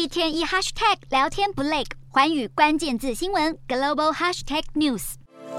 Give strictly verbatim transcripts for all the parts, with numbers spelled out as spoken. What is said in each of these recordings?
一天一 hashtag 聊天不累，寰宇关键字新闻 global hashtag news。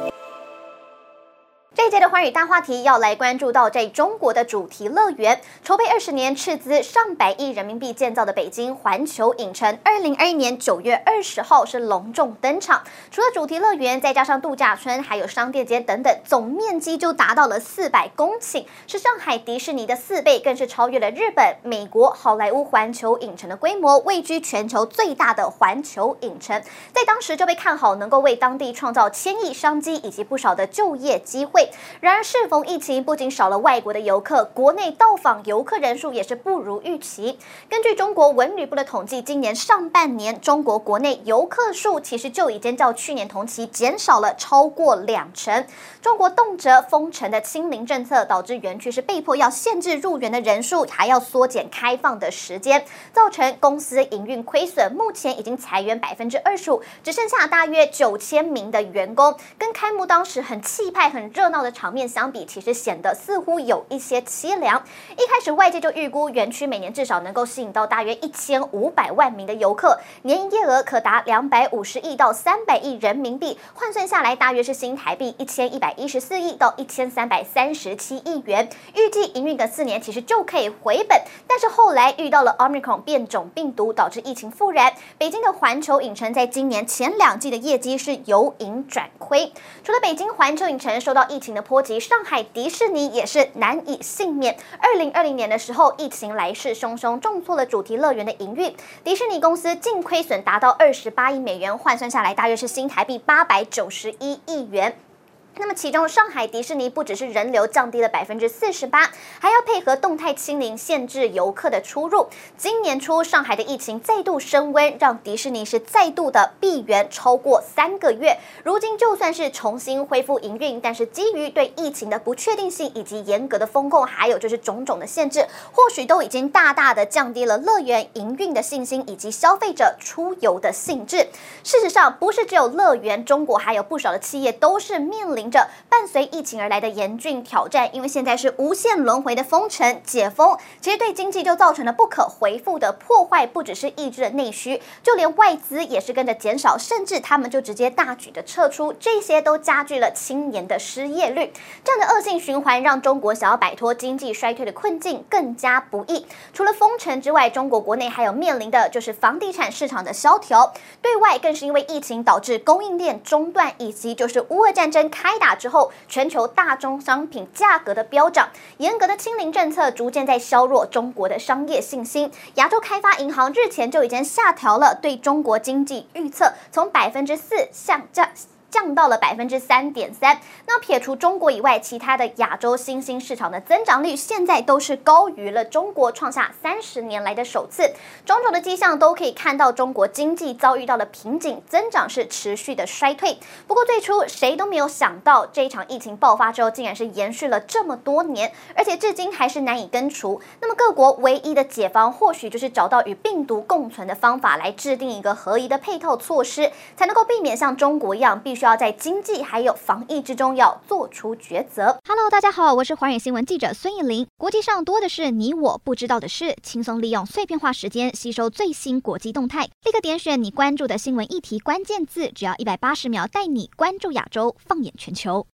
这一节的寰宇大话题要来关注到，在中国的主题乐园筹备二十年、斥资上百亿人民币建造的北京环球影城，二零二一年九月二十号是隆重登场。除了主题乐园，再加上度假村，还有商店街等等，总面积就达到了四百公顷，是上海迪士尼的四倍，更是超越了日本、美国好莱坞环球影城的规模，位居全球最大的环球影城。在当时就被看好能够为当地创造千亿商机以及不少的就业机会。然而适逢疫情，不仅少了外国的游客，国内到访游客人数也是不如预期。根据中国文旅部的统计，今年上半年中国国内游客数其实就已经较去年同期减少了超过两成。中国动辄封城的清零政策，导致园区是被迫要限制入园的人数，还要缩减开放的时间，造成公司营运亏损。目前已经裁员百分之二十五，只剩下大约九千名的员工，跟开幕当时很气派、很热闹的场面相比，其实显得似乎有一些凄凉。一开始外界就预估园区每年至少能够吸引到大约一千五百万名的游客，年营业额可达两百五十亿到三百亿人民币，换算下来大约是新台币一千一百一十四亿到一千三百三十七亿元。预计营运个四年其实就可以回本，但是后来遇到了 Omicron 变种病毒，导致疫情复燃。北京的环球影城在今年前两季的业绩是由盈转亏。除了北京环球影城受到疫情的波及，上海迪士尼也是难以幸免。二零二零年的时候，疫情来势汹汹，重挫了主题乐园的营运。迪士尼公司净亏损达到二十八亿美元，换算下来大约是新台币八百九十一亿元。那么其中，上海迪士尼不只是人流降低了百分之四十八，还要配合动态清零，限制游客的出入。今年初，上海的疫情再度升温，让迪士尼是再度的闭园超过三个月。如今就算是重新恢复营运，但是基于对疫情的不确定性以及严格的风控，还有就是种种的限制，或许都已经大大的降低了乐园营运的信心以及消费者出游的兴致。事实上，不是只有乐园，中国还有不少的企业都是面临着伴随疫情而来的严峻挑战，因为现在是无限轮回的封城解封，其实对经济就造成了不可回复的破坏，不只是抑制了内需，就连外资也是跟着减少，甚至他们就直接大举的撤出，这些都加剧了青年的失业率。这样的恶性循环让中国想要摆脱经济衰退的困境更加不易。除了封城之外，中国国内还有面临的就是房地产市场的萧条，对外更是因为疫情导致供应链中断，以及就是乌俄战争开打之后，全球大宗商品价格的飙涨，严格的清零政策逐渐在削弱中国的商业信心。亚洲开发银行日前就已经下调了对中国经济预测，从百分之四下降。降到了百分之三点三。那撇除中国以外，其他的亚洲新兴市场的增长率现在都是高于了中国，创下三十年来的首次。种种的迹象都可以看到，中国经济遭遇到了瓶颈，增长是持续的衰退。不过最初谁都没有想到，这一场疫情爆发之后，竟然是延续了这么多年，而且至今还是难以根除。那么各国唯一的解方，或许就是找到与病毒共存的方法，来制定一个合宜的配套措施，才能够避免像中国一样，必须需要在经济还有防疫之中要做出抉择。 Hello， 大家好，我是寰宇新闻记者孙艺玲。国际上多的是你我不知道的事，轻松利用碎片化时间吸收最新国际动态，立刻点选你关注的新闻议题关键字，只要一百八十秒，带你关注亚洲，放眼全球。